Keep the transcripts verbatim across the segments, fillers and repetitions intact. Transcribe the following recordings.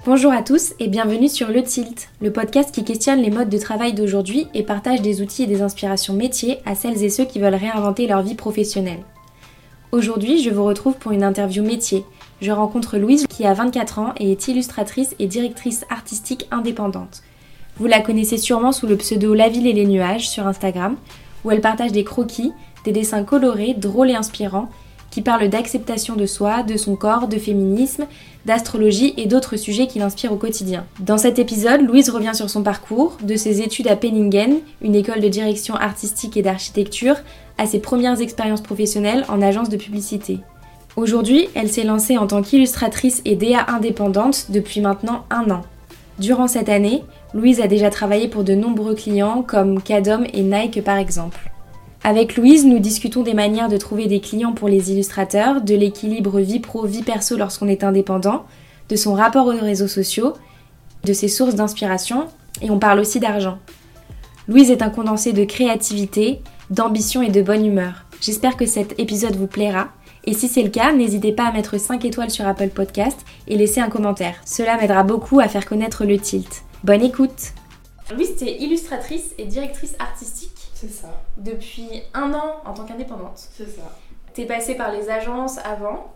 Bonjour à tous et bienvenue sur Le Tilt, le podcast qui questionne les modes de travail d'aujourd'hui et partage des outils et des inspirations métiers à celles et ceux qui veulent réinventer leur vie professionnelle. Aujourd'hui, je vous retrouve pour une interview métier. Je rencontre Louise qui a vingt-quatre ans et est illustratrice et directrice artistique indépendante. Vous la connaissez sûrement sous le pseudo La Ville et les Nuages sur Instagram, où elle partage des croquis, des dessins colorés, drôles et inspirants, qui parlent d'acceptation de soi, de son corps, de féminisme, d'astrologie et d'autres sujets qui l'inspirent au quotidien. Dans cet épisode, Louise revient sur son parcours, de ses études à Penningen, une école de direction artistique et d'architecture, à ses premières expériences professionnelles en agence de publicité. Aujourd'hui, elle s'est lancée en tant qu'illustratrice et D A indépendante depuis maintenant un an. Durant cette année, Louise a déjà travaillé pour de nombreux clients comme Cadom et Nike par exemple. Avec Louise, nous discutons des manières de trouver des clients pour les illustrateurs, de l'équilibre vie pro-vie perso lorsqu'on est indépendant, de son rapport aux réseaux sociaux, de ses sources d'inspiration, et on parle aussi d'argent. Louise est un condensé de créativité, d'ambition et de bonne humeur. J'espère que cet épisode vous plaira, et si c'est le cas, n'hésitez pas à mettre cinq étoiles sur Apple Podcast et laisser un commentaire. Cela m'aidera beaucoup à faire connaître le tilt. Bonne écoute! Louise, tu es illustratrice et directrice artistique. C'est ça. Depuis un an en tant qu'indépendante. C'est ça. T'es passée par les agences avant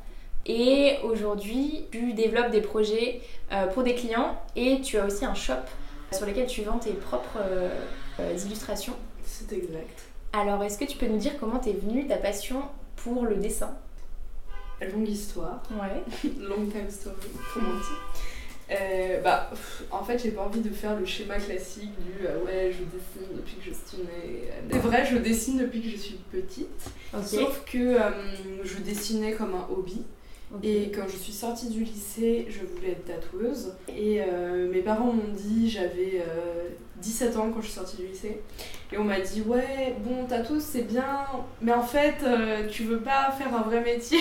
et aujourd'hui tu développes des projets euh, pour des clients et tu as aussi un shop sur lequel tu vends tes propres euh, euh, illustrations. C'est exact. Alors est-ce que tu peux nous dire comment t'es venue ta passion pour le dessin? Longue histoire. Ouais. Long time story, comme on dit. Euh, bah, pff, en fait, j'ai pas envie de faire le schéma classique du euh, ouais, je dessine depuis que je suis née. C'est vrai, je dessine depuis que je suis petite. Okay. Sauf que euh, je dessinais comme un hobby. Okay. Et quand je suis sortie du lycée, je voulais être tatoueuse. Et euh, mes parents m'ont dit, j'avais euh, dix-sept ans quand je suis sortie du lycée. Et on m'a dit, ouais, bon, tatoueuse c'est bien, mais en fait, euh, tu veux pas faire un vrai métier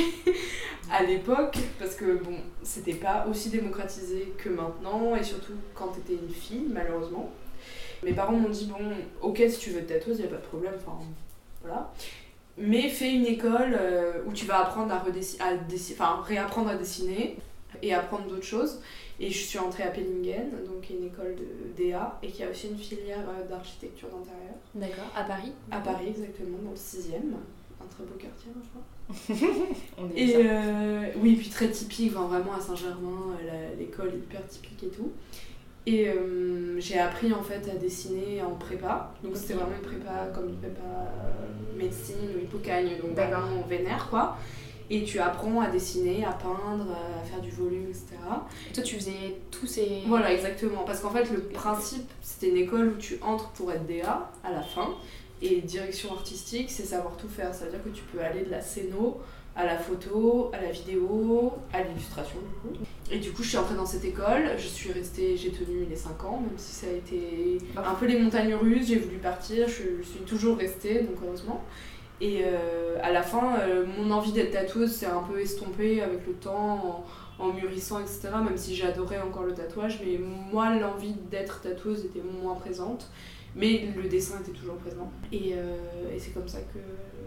à l'époque, parce que bon, c'était pas aussi démocratisé que maintenant, et surtout quand t'étais une fille, malheureusement. Mes parents m'ont dit, bon, ok, si tu veux être tatoueuse, y a pas de problème, enfin, voilà. Mais fais une école euh, où tu vas apprendre à, redessi- à dessi- enfin, réapprendre à dessiner et apprendre d'autres choses. Et je suis entrée à Penningen, donc une école de D A, et qui a aussi une filière euh, d'architecture d'intérieur. D'accord, à Paris. À Paris, exactement, dans le sixième. Un très beau quartier, je crois. On est et euh, oui, puis très typique, enfin, vraiment à Saint-Germain, la, l'école est hyper typique et tout. Et euh, j'ai appris en fait à dessiner en prépa, donc okay. C'était vraiment une prépa comme une prépa euh, médecine ou hippocagne, donc vraiment vénère quoi. Et tu apprends à dessiner, à peindre, à faire du volume, et cetera. Et toi tu faisais tous ces... Voilà, exactement, parce qu'en fait le principe c'était une école où tu entres pour être D A à la fin, et direction artistique c'est savoir tout faire, ça veut dire que tu peux aller de la scéno à la photo, à la vidéo, à l'illustration du coup. Et du coup je suis entrée dans cette école, je suis restée, j'ai tenu les cinq ans, même si ça a été un peu les montagnes russes, j'ai voulu partir, je, je suis toujours restée, donc heureusement. Et euh, à la fin, euh, mon envie d'être tatoueuse s'est un peu estompée avec le temps, en, en mûrissant, et cetera. Même si j'adorais encore le tatouage, mais moi l'envie d'être tatoueuse était moins présente, mais le dessin était toujours présent. Et, euh, et c'est comme ça que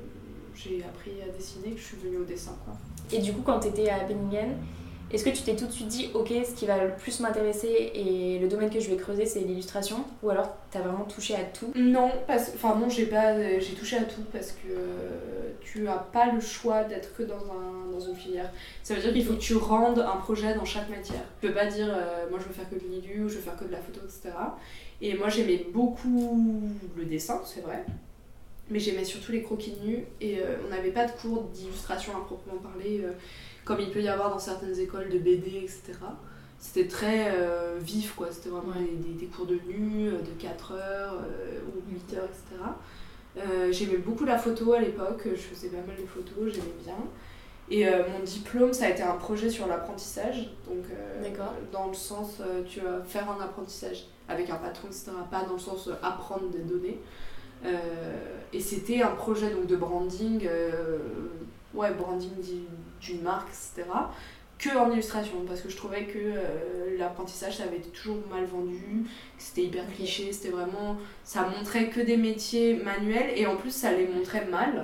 j'ai appris à dessiner, que je suis venue au dessin, quoi. Et du coup, quand tu étais à Penningen, est-ce que tu t'es tout de suite dit, ok, ce qui va le plus m'intéresser et le domaine que je vais creuser, c'est l'illustration? Ou alors, t'as vraiment touché à tout? Non, parce... enfin non, j'ai, pas... j'ai touché à tout parce que tu n'as pas le choix d'être que dans, un... dans une filière. Ça veut dire qu'il faut que tu rendes un projet dans chaque matière. Tu peux pas dire, euh, moi je veux faire que de l'illu, ou je veux faire que de la photo, et cetera. Et moi j'aimais beaucoup le dessin, c'est vrai. Mais j'aimais surtout les croquis nus et euh, on n'avait pas de cours d'illustration à proprement parler, euh, comme il peut y avoir dans certaines écoles de B D, et cetera. C'était très euh, vif, quoi. C'était vraiment ouais. des, des, des cours de nu, de quatre heures euh, ou huit heures, et cetera. Euh, j'aimais beaucoup la photo à l'époque, je faisais pas mal de photos, j'aimais bien. Et euh, mon diplôme, ça a été un projet sur l'apprentissage, donc euh, dans le sens, euh, tu vas faire un apprentissage avec un patron, et cetera. Pas dans le sens euh, apprendre des données. Euh, et c'était un projet donc, de branding, euh, ouais, branding d'une marque, et cetera, que en illustration, parce que je trouvais que euh, l'apprentissage, ça avait été toujours mal vendu, que c'était hyper cliché, c'était vraiment, ça montrait que des métiers manuels, et en plus ça les montrait mal,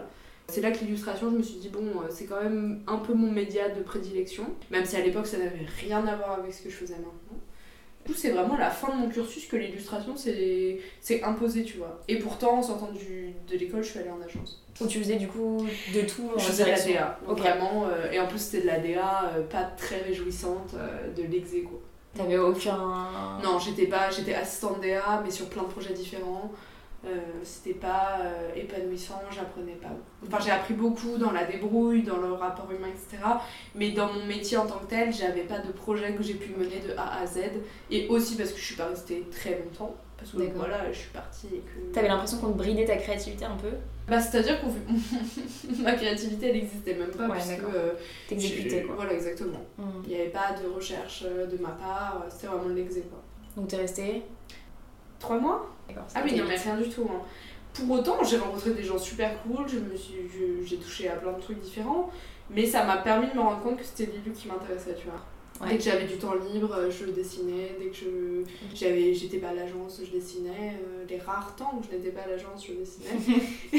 C'est là que l'illustration, je me suis dit, bon, c'est quand même un peu mon média de prédilection, même si à l'époque ça n'avait rien à voir avec ce que je faisais maintenant. Du coup, c'est vraiment la fin de mon cursus que l'illustration c'est, c'est imposé, tu vois. Et pourtant, en sortant du, de l'école, je suis allée en agence. Où tu faisais du coup de tout en Je faisais de la direction. D A, Ok. vraiment. Euh, et en plus, c'était de la D A euh, pas très réjouissante, euh, de l'exé, quoi. T'avais aucun... Non, j'étais pas, j'étais assistante D A, mais sur plein de projets différents. Euh, c'était pas euh, épanouissant, j'apprenais pas. Enfin, j'ai appris beaucoup dans la débrouille, dans le rapport humain, et cetera. Mais dans mon métier en tant que tel, j'avais pas de projet que j'ai pu mener de A à Z. Et aussi parce que je suis pas restée très longtemps. Parce que D'accord. voilà, je suis partie et que... T'avais l'impression qu'on te bridait ta créativité un peu? Bah, c'est-à-dire que ma créativité, elle n'existait même pas. Ouais, puisque, d'accord. euh, T'exécutais, je- quoi. Voilà, exactement. Mm. Il n'y avait pas de recherche euh, de ma part, c'était vraiment de l'exé, quoi. Donc t'es restée? Trois mois? D'accord. Ah oui, c'était non, mais vite. rien du tout. Hein. Pour autant, j'ai rencontré des gens super cool, je me suis, je- j'ai touché à plein de trucs différents, mais ça m'a permis de me rendre compte que c'était Lilu qui m'intéressait, tu vois. Ouais. Dès que j'avais du temps libre, je dessinais, dès que je, j'avais, j'étais pas à l'agence, je dessinais, euh, les rares temps où je n'étais pas à l'agence, je dessinais.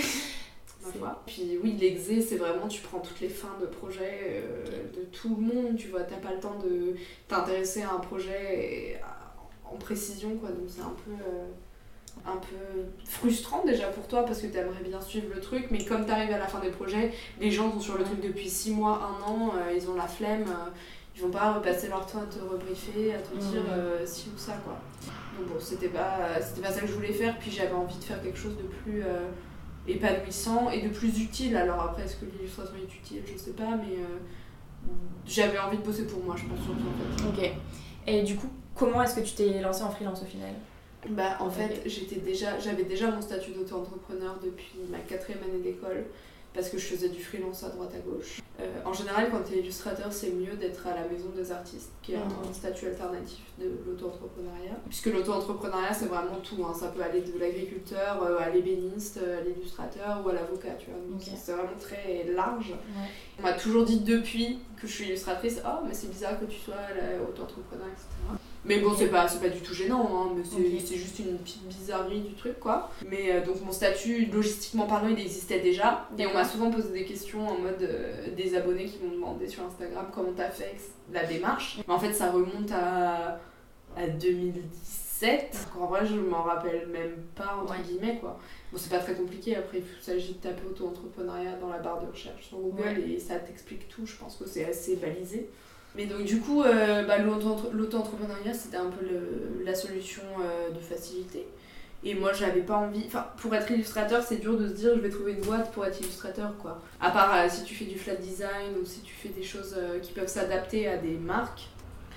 Ma foi. Puis oui, l'exé, c'est vraiment, tu prends toutes les fins de projet euh, de tout le monde, tu vois, t'as pas le temps de t'intéresser à un projet et à- en précision, quoi, donc c'est un peu... euh, un peu frustrant déjà pour toi parce que t'aimerais bien suivre le truc, mais comme t'arrives à la fin des projets, les gens sont sur le truc depuis six mois, un an, euh, ils ont la flemme, euh, ils vont pas repasser leur temps à te rebriefer, à te dire euh, si ou ça, quoi. Donc bon, c'était pas, c'était pas ça que je voulais faire, puis j'avais envie de faire quelque chose de plus euh, épanouissant et de plus utile. Alors après, est-ce que l'illustration est utile, je sais pas, mais euh, j'avais envie de bosser pour moi, je pense, surtout en fait. Ok. Et du coup, comment est-ce que tu t'es lancée en freelance au final? Bah, en Ok. fait, j'étais déjà, j'avais déjà mon statut d'auto-entrepreneur depuis ma quatrième année d'école parce que je faisais du freelance à droite à gauche. Euh, en général, quand tu es illustrateur, c'est mieux d'être à la maison des artistes, qui est un Mhm. statut alternatif de l'auto-entrepreneuriat. Puisque l'auto-entrepreneuriat, c'est vraiment tout. Hein. Ça peut aller de l'agriculteur euh, à l'ébéniste, à l'illustrateur ou à l'avocat. Tu vois. Donc, Ok. c'est vraiment très large. Ouais. On m'a toujours dit depuis que je suis illustratrice, oh, mais c'est bizarre que tu sois là, auto-entrepreneur, et cetera. Mais bon, c'est pas, c'est pas du tout gênant, hein, mais c'est, Ok. c'est juste une petite bizarrerie du truc, quoi. Mais euh, donc mon statut, logistiquement parlant, il existait déjà. Et on m'a souvent posé des questions en mode euh, des abonnés qui m'ont demandé sur Instagram comment t'as fait la démarche. Mais en fait, ça remonte à, à deux mille dix-sept. Donc en vrai, je m'en rappelle même pas, entre Ouais. guillemets, quoi. Bon, c'est pas très compliqué. Après, il s'agit de taper auto-entrepreneuriat dans la barre de recherche sur Google Ouais. et ça t'explique tout. Je pense que c'est assez balisé. Mais donc du coup, euh, bah, l'auto- l'auto-entrepreneuriat, c'était un peu le- la solution euh, de facilité. Et moi, j'avais pas envie... Enfin, pour être illustrateur, c'est dur de se dire je vais trouver une boîte pour être illustrateur, quoi. À part euh, si tu fais du flat design ou si tu fais des choses euh, qui peuvent s'adapter à des marques.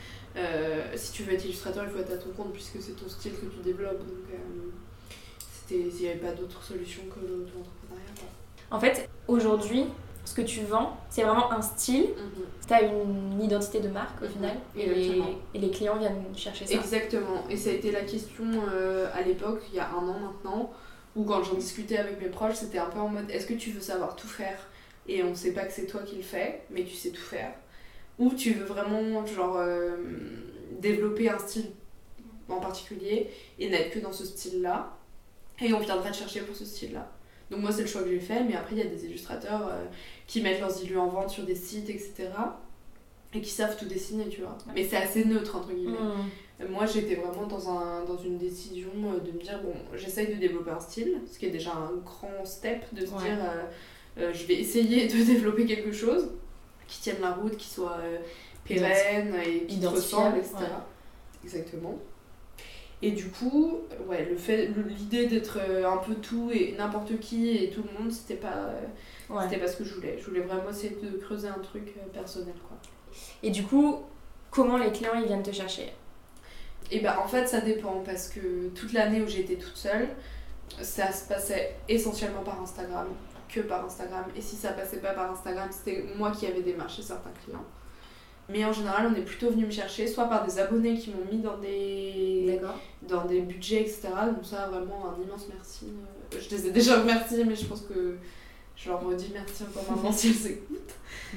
Euh, si tu veux être illustrateur, il faut être à ton compte puisque c'est ton style que tu développes. Donc, euh, c'était, il n'y avait pas d'autre solution que l'auto-entrepreneuriat, quoi. En fait, aujourd'hui, ce que tu vends, c'est vraiment un style. Mhm. T'as une identité de marque au Mhm. final. Et les, Exactement. et les clients viennent chercher ça. Exactement, et ça a été la question euh, à l'époque, il y a un an maintenant, où quand j'en discutais avec mes proches, c'était un peu en mode est-ce que tu veux savoir tout faire et on sait pas que c'est toi qui le fais, mais tu sais tout faire, ou tu veux vraiment genre euh, développer un style en particulier et n'être que dans ce style-là, et on viendra te chercher pour ce style-là. Donc moi c'est le choix que j'ai fait, mais après il y a des illustrateurs euh, qui mettent leurs illus en vente sur des sites, et cetera. Et qui savent tout dessiner, tu vois. Mais c'est assez neutre, entre guillemets. Mmh. Moi, j'étais vraiment dans, un, dans une décision de me dire, bon, j'essaye de développer un style, ce qui est déjà un grand step, de se Ouais. dire, euh, euh, je vais essayer de développer quelque chose qui tienne la route, qui soit euh, pérenne et qui te ressemble, Identifiable, et cetera. ouais. Exactement. Et du coup, ouais, le fait, le- l'idée d'être euh, un peu tout et n'importe qui et tout le monde, c'était pas, euh, Ouais. c'était pas ce que je voulais. Je voulais vraiment essayer de creuser un truc euh, personnel, quoi. Et du coup, comment les clients ils viennent te chercher? Et bah en fait ça dépend parce que toute l'année où j'étais toute seule, ça se passait essentiellement par Instagram, que par Instagram. Et si ça passait pas par Instagram, c'était moi qui avais démarché certains clients. Mais en général, on est plutôt venu me chercher, soit par des abonnés qui m'ont mis dans des, D'accord. dans des budgets, et cetera. Donc ça, vraiment un immense merci. Euh, Je les ai déjà remerciés, mais je pense que je leur redis merci encore maintenant si elles écoutent.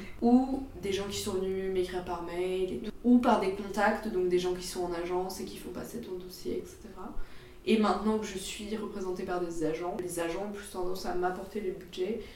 Ou des gens qui sont venus m'écrire par mail, et tout. Ou par des contacts, donc des gens qui sont en agence et qui font passer ton dossier, et cetera. Et maintenant que je suis représentée par des agents, les agents ont plus tendance à m'apporter les budgets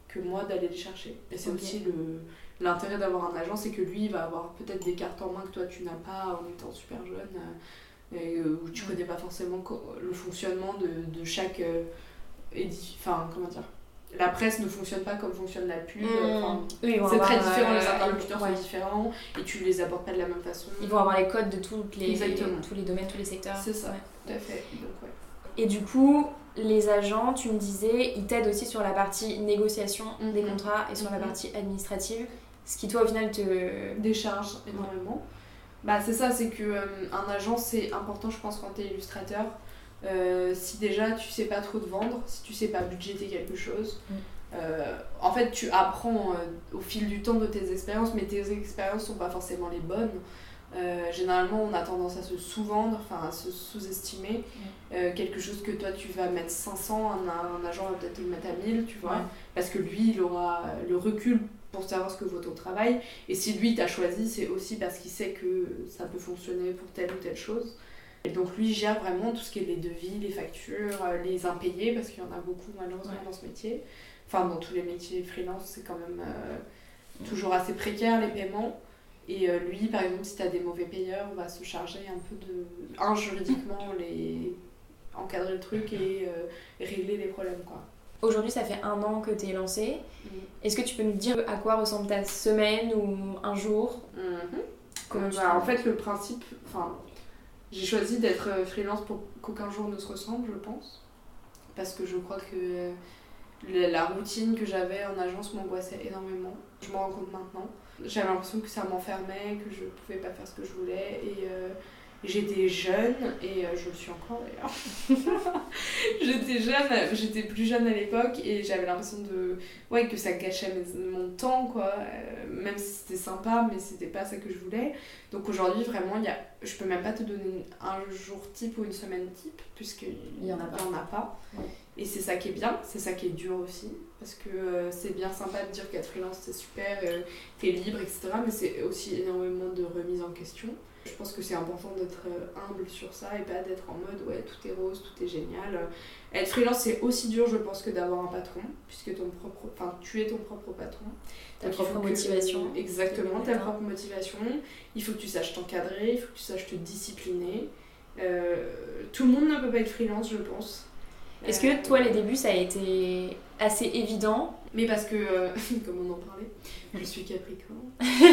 que moi d'aller les chercher. Et c'est Okay. aussi le, l'intérêt d'avoir un agent, c'est que lui il va avoir peut-être des cartes en main que toi tu n'as pas en étant super jeune, euh, et, euh, où tu Ouais. connais pas forcément co- le fonctionnement de, de chaque euh, édi- enfin comment dire, la presse ne fonctionne pas comme fonctionne la pub, enfin, Mmh. Eux, ils vont c'est avoir, très différent, euh, les interlocuteurs ouais. sont différents et tu les abordes pas de la même façon. Ils vont avoir les codes de toutes les, Exactement. tous les domaines, tous les secteurs. C'est ça, Ouais. tout à fait. Donc, ouais. Et du coup, les agents, tu me disais, ils t'aident aussi sur la partie négociation Mhm. des contrats et sur la Mhm. partie administrative, ce qui toi au final te... Des charges énormément. Bah, c'est ça, c'est que euh, un agent c'est important, je pense, quand tu es illustrateur. Euh, si déjà tu sais pas trop te vendre, si tu sais pas budgéter quelque chose, Mm. euh, en fait tu apprends euh, au fil du temps de tes expériences, mais tes expériences sont pas forcément les bonnes. Euh, généralement on a tendance à se sous-vendre, enfin à se sous-estimer. Mm. Euh, quelque chose que toi tu vas mettre cinq cents, un, un agent va peut-être le mettre à mille, tu vois, Ouais. parce que lui il aura le recul pour savoir ce que vaut ton travail, et si lui t'a choisi c'est aussi parce qu'il sait que ça peut fonctionner pour telle ou telle chose. Et donc lui gère vraiment tout ce qui est les devis, les factures, euh, les impayés, parce qu'il y en a beaucoup malheureusement Ouais. dans ce métier. Enfin dans tous les métiers freelance c'est quand même euh, toujours assez précaire les paiements. Et euh, lui par exemple si tu as des mauvais payeurs on va se charger un peu de... Un juridiquement les... encadrer le truc et euh, régler les problèmes quoi. Aujourd'hui, ça fait un an que t'es lancée. Mm. Est-ce que tu peux nous dire à quoi ressemble ta semaine ou un jour? Mhm. Comment Euh, tu bah, travailles? en fait le principe, enfin j'ai choisi d'être euh, freelance pour qu'aucun jour ne se ressemble je pense. Parce que je crois que euh, la, la routine que j'avais en agence m'angoissait énormément. Je m'en rends compte maintenant. J'avais l'impression que ça m'enfermait, que je pouvais pas faire ce que je voulais. Et euh, j'étais jeune, et euh, je le suis encore d'ailleurs. j'étais jeune, j'étais plus jeune à l'époque, et j'avais l'impression de, ouais, que ça gâchait mes- mon temps, quoi. Euh, même si c'était sympa, mais c'était pas ça que je voulais. Donc aujourd'hui, vraiment, il y a, je peux même pas te donner un jour type ou une semaine type, puisqu'il Il y en a pas. y en a pas. Ouais. Et c'est ça qui est bien, c'est ça qui est dur aussi, parce que euh, c'est bien sympa de dire qu'être freelance c'est super, euh, t'es libre, et cetera. Mais c'est aussi énormément de remise en question. Je pense que c'est important d'être euh, humble sur ça et pas d'être en mode ouais tout est rose, tout est génial. Euh, être freelance c'est aussi dur je pense que d'avoir un patron, puisque ton propre, enfin tu es ton propre patron. Ta Donc, il propre faut que- motivation. Exactement, ta Matin. propre motivation. Il faut que tu saches t'encadrer, il faut que tu saches te discipliner. Euh, tout le monde ne peut pas être freelance je pense. Est-ce Euh, que toi, les débuts, ça a été assez évident? Mais parce que, euh, comme on en parlait, je suis Capricorne.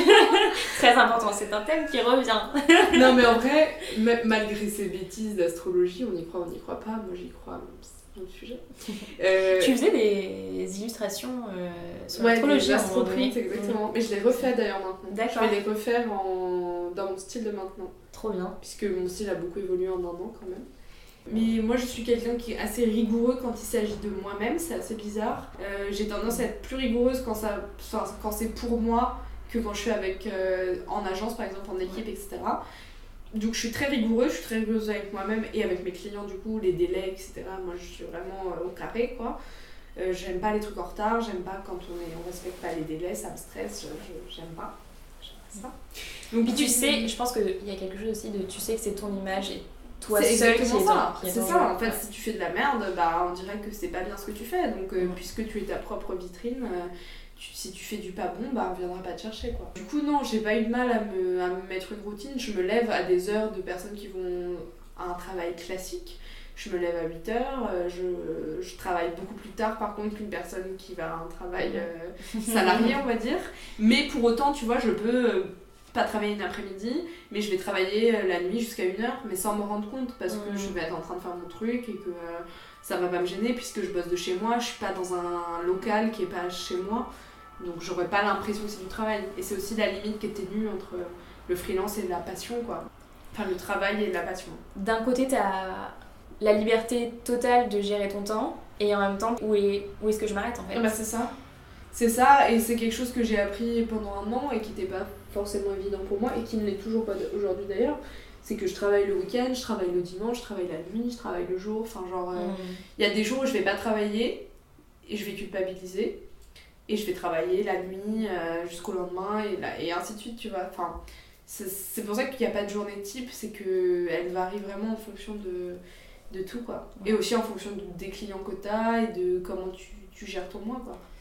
Très important, c'est un thème qui revient. Non, mais en vrai, m- malgré ces bêtises d'astrologie, on y croit, on n'y croit pas. Moi, j'y crois, même si c'est un autre sujet. Euh, Tu faisais des illustrations euh, sur ouais, l'astrologie des à un moment donné. astroprints, exactement. Mais je les refais d'ailleurs maintenant. D'accord. Je vais les refaire en... dans mon style de maintenant. Trop bien. Puisque mon style a beaucoup évolué en un an quand même. Mais moi je suis quelqu'un qui est assez rigoureux quand il s'agit de moi-même, c'est assez bizarre. Euh, j'ai tendance à être plus rigoureuse quand, ça, enfin, quand c'est pour moi que quand je suis avec, euh, en agence par exemple, en équipe, et cetera. Donc je suis très rigoureuse, je suis très rigoureuse avec moi-même et avec mes clients du coup, les délais, et cetera. Moi je suis vraiment euh, au carré quoi. Euh, j'aime pas les trucs en retard, j'aime pas quand on, est, on respecte pas les délais, ça me stresse, je, je- j'aime pas. J'aime pas ça. Donc Puis tu oui, sais, je pense qu'il y a quelque chose aussi de tu sais que c'est ton image et toi c'est seul qui est exactement dans, ça, qui est c'est dans ça. le- En fait, ouais. si tu fais de la merde, bah on dirait que c'est pas bien ce que tu fais. Donc, euh, Ouais. puisque tu es ta propre vitrine, euh, tu- si tu fais du pas bon, bah on viendra pas te chercher quoi. Du coup, non, j'ai pas eu de mal à me, à me mettre une routine. Je me lève à des heures de personnes qui vont à un travail classique. Je me lève à huit heures, euh, je, je travaille beaucoup plus tard par contre qu'une personne qui va à un travail euh, salarié, on va dire. Mais pour autant, tu vois, je peux. euh, pas travailler une après-midi, mais je vais travailler euh, la nuit jusqu'à une heure, mais sans m'en rendre compte, parce que Mhm. je vais être en train de faire mon truc et que euh, ça va pas me gêner, puisque je bosse de chez moi, je suis pas dans un local qui est pas chez moi, donc j'aurais pas l'impression que c'est du travail. Et c'est aussi la limite qui est ténue entre le freelance et la passion, quoi. Enfin, le travail et la passion. D'un côté, t'as la liberté totale de gérer ton temps et en même temps, où est, où est-ce que je m'arrête en fait? Ah bah c'est ça. C'est ça, et c'est quelque chose que j'ai appris pendant un an et qui n'était pas forcément évident pour moi et qui ne l'est toujours pas aujourd'hui d'ailleurs. C'est que je travaille le week-end, je travaille le dimanche, je travaille la nuit, je travaille le jour. Enfin, genre, il euh, Mmh. y a des jours où je vais pas travailler et je vais culpabiliser. Et je vais travailler la nuit euh, jusqu'au lendemain et, là, et ainsi de suite, tu vois. Enfin, c'est, c'est pour ça qu'il n'y a pas de journée type, c'est qu'elle varie vraiment en fonction de, de tout, quoi. Ouais. Et aussi en fonction de, des clients que tu as et de comment tu, tu gères ton mois, quoi.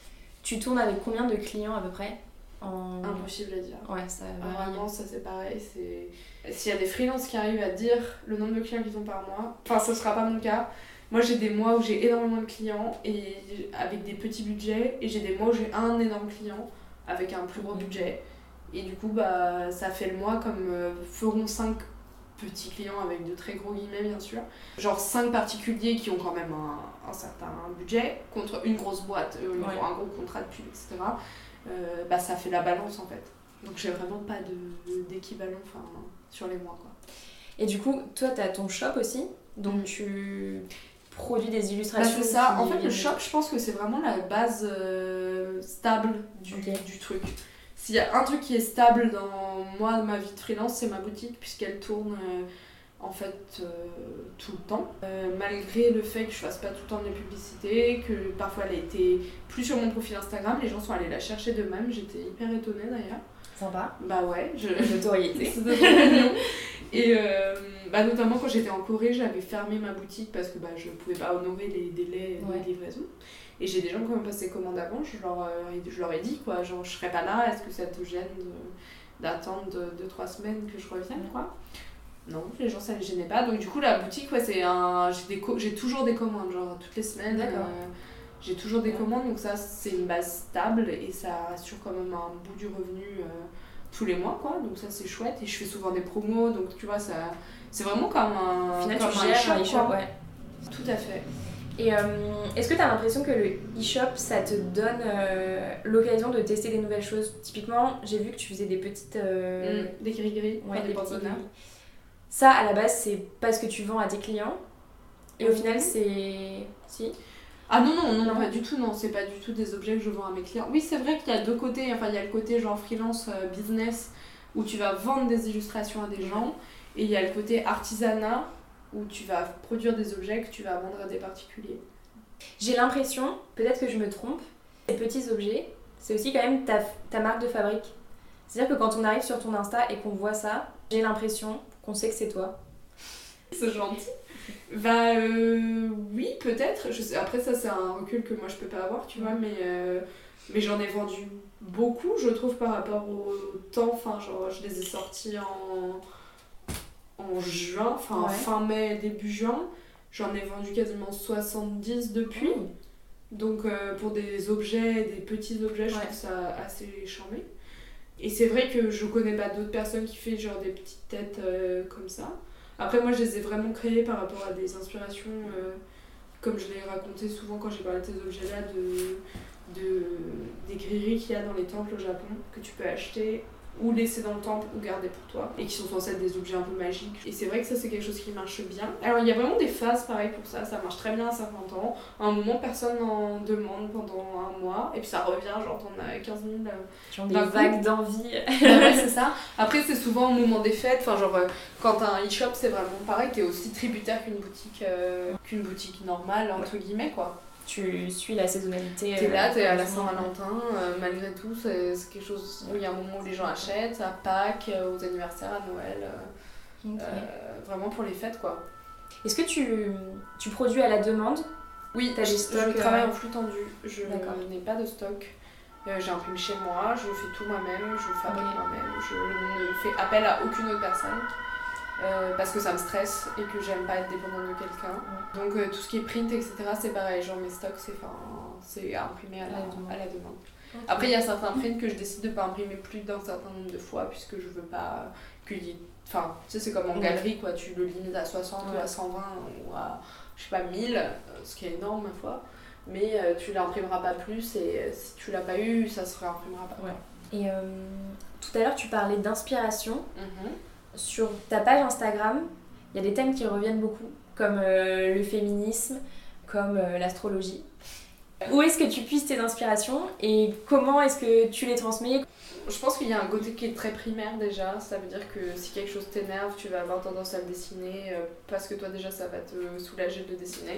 Tu tournes avec combien de clients à peu près en... Impossible à dire. Ouais, ça varie. Vraiment, ça c'est pareil. C'est... S'il y a des freelances qui arrivent à dire le nombre de clients qu'ils ont par mois, enfin, ce sera pas mon cas. Moi, j'ai des mois où j'ai énormément de clients et avec des petits budgets, et j'ai des mois où j'ai un énorme client avec un plus gros budget. Et du coup, bah, ça fait le mois comme euh, feront cinq petits clients avec de très gros guillemets, bien sûr. Genre cinq particuliers qui ont quand même un, un certain budget contre une grosse boîte, euh, ouais. un gros contrat de pub, et cetera. Euh, bah, ça fait la balance en fait. Donc, j'ai vraiment pas de, d'équivalent enfin, sur les mois, quoi. Et du coup, toi, t'as ton shop aussi, donc mmh. tu produis des illustrations. Bah, c'est ça. En fait, le shop, je pense que c'est vraiment la base euh, stable du, okay. du truc. S'il y a un truc qui est stable dans moi, ma vie de freelance, c'est ma boutique, puisqu'elle tourne euh, en fait euh, tout le temps. Euh, malgré le fait que je fasse pas tout le temps de publicité, que parfois elle a été plus sur mon profil Instagram, les gens sont allés la chercher d'eux-mêmes, j'étais hyper étonnée d'ailleurs. Sympa. Bah ouais, je... Notoriété. C'était trop mignon. Et euh, bah notamment quand j'étais en Corée, j'avais fermé ma boutique parce que bah, je pouvais pas honorer les délais ouais. de livraison. Et j'ai des gens qui ont passé commande avant, je leur, euh, je leur ai dit quoi, genre je serai pas là, est-ce que ça te gêne de, d'attendre deux trois semaines que je revienne quoi. Non, les gens ça les gênait pas, donc du coup la boutique ouais, c'est un, j'ai, des co- j'ai toujours des commandes, genre toutes les semaines. D'accord. Euh, j'ai toujours des ouais. commandes, donc ça c'est une base stable et ça assure quand même un bout du revenu euh, tous les mois quoi, donc ça c'est chouette. Et je fais souvent des promos, donc tu vois, ça, c'est vraiment comme un, final, comme tu un gères e-shop, un e-shop ouais. Tout à fait. Et euh, est-ce que tu as l'impression que le e-shop, ça te donne euh, l'occasion de tester des nouvelles choses ? Typiquement, j'ai vu que tu faisais des petites... Euh... Mmh, des gris-gris, ouais, des, des petits gris. Ça, à la base, c'est parce que tu vends à tes clients. Et mmh. au final, c'est... Si Ah non, non, non, non, pas du tout, non. C'est pas du tout des objets que je vends à mes clients. Oui, c'est vrai qu'il y a deux côtés. Enfin, il y a le côté genre freelance euh, business, où tu vas vendre des illustrations à des gens. Et il y a le côté artisanat, où tu vas produire des objets que tu vas vendre à des particuliers. J'ai l'impression, peut-être que je me trompe, ces petits objets, c'est aussi quand même ta, ta marque de fabrique. C'est-à-dire que quand on arrive sur ton Insta et qu'on voit ça, j'ai l'impression qu'on sait que c'est toi. C'est gentil. Bah euh, oui, peut-être. Je sais, après ça, c'est un recul que moi je peux pas avoir, tu vois, mais, euh, mais j'en ai vendu beaucoup, je trouve, par rapport au temps. Enfin, genre, je les ai sortis en... en juin, enfin ouais. fin mai, début juin. J'en ai vendu quasiment soixante-dix depuis. Mmh. Donc euh, pour des objets, des petits objets, je ouais. trouve ça assez charmé. Et c'est vrai que je connais pas d'autres personnes qui font genre des petites têtes euh, comme ça. Après moi je les ai vraiment créées par rapport à des inspirations, euh, comme je l'ai raconté souvent quand j'ai parlé de ces objets-là, de, de, des grilleries qu'il y a dans les temples au Japon, que tu peux acheter ou laisser dans le temple ou garder pour toi, et qui sont censés être des objets un peu magiques. Et c'est vrai que ça c'est quelque chose qui marche bien. Alors il y a vraiment des phases pareil pour ça, ça marche très bien à certains temps. À un moment personne n'en demande pendant un mois, et puis ça revient, genre t'en as quinze mille. Genre des vagues d'envie. Ouais, c'est ça. Après c'est souvent au moment des fêtes, enfin genre euh, quand t'as un e-shop c'est vraiment pareil, t'es aussi tributaire qu'une boutique, euh, qu'une boutique normale entre guillemets quoi. Tu suis la saisonnalité. T'es là, t'es à la Saint-Valentin, euh, malgré tout, c'est, c'est quelque chose où il y a un moment où les gens achètent, à Pâques, aux anniversaires, à Noël, euh, okay. euh, vraiment pour les fêtes quoi. Est-ce que tu, tu produis à la demande ? Oui, t'as des stocks, je travaille euh... en flux tendu, je D'accord. n'ai pas de stock. Euh, j'imprime chez moi, je fais tout moi-même, je fabrique okay. moi-même, je ne fais appel à aucune autre personne. Euh, parce que ça me stresse et que j'aime pas être dépendante de quelqu'un. Ouais. Donc euh, tout ce qui est print, et cetera, c'est pareil, genre mes stocks, c'est, c'est imprimé à la, à la demande. Okay. Après, il y a certains prints que je décide de pas imprimer plus d'un certain nombre de fois, puisque je veux pas qu'il y... Enfin, tu sais, c'est comme en galerie, quoi, tu le limites à soixante ouais. ou à cent vingt ou à, je sais pas, mille, ce qui est énorme, ma foi. Mais euh, tu l'imprimeras pas plus et euh, si tu l'as pas eu, ça se réimprimera pas. Ouais. Et euh, tout à l'heure, tu parlais d'inspiration. Mm-hmm. Sur ta page Instagram, il y a des thèmes qui reviennent beaucoup, comme euh, le féminisme, comme euh, l'astrologie. Où est-ce que tu puisses tes inspirations et comment est-ce que tu les transmets ? Je pense qu'il y a un côté qui est très primaire déjà, ça veut dire que si quelque chose t'énerve, tu vas avoir tendance à le dessiner euh, parce que toi déjà ça va te soulager de le dessiner.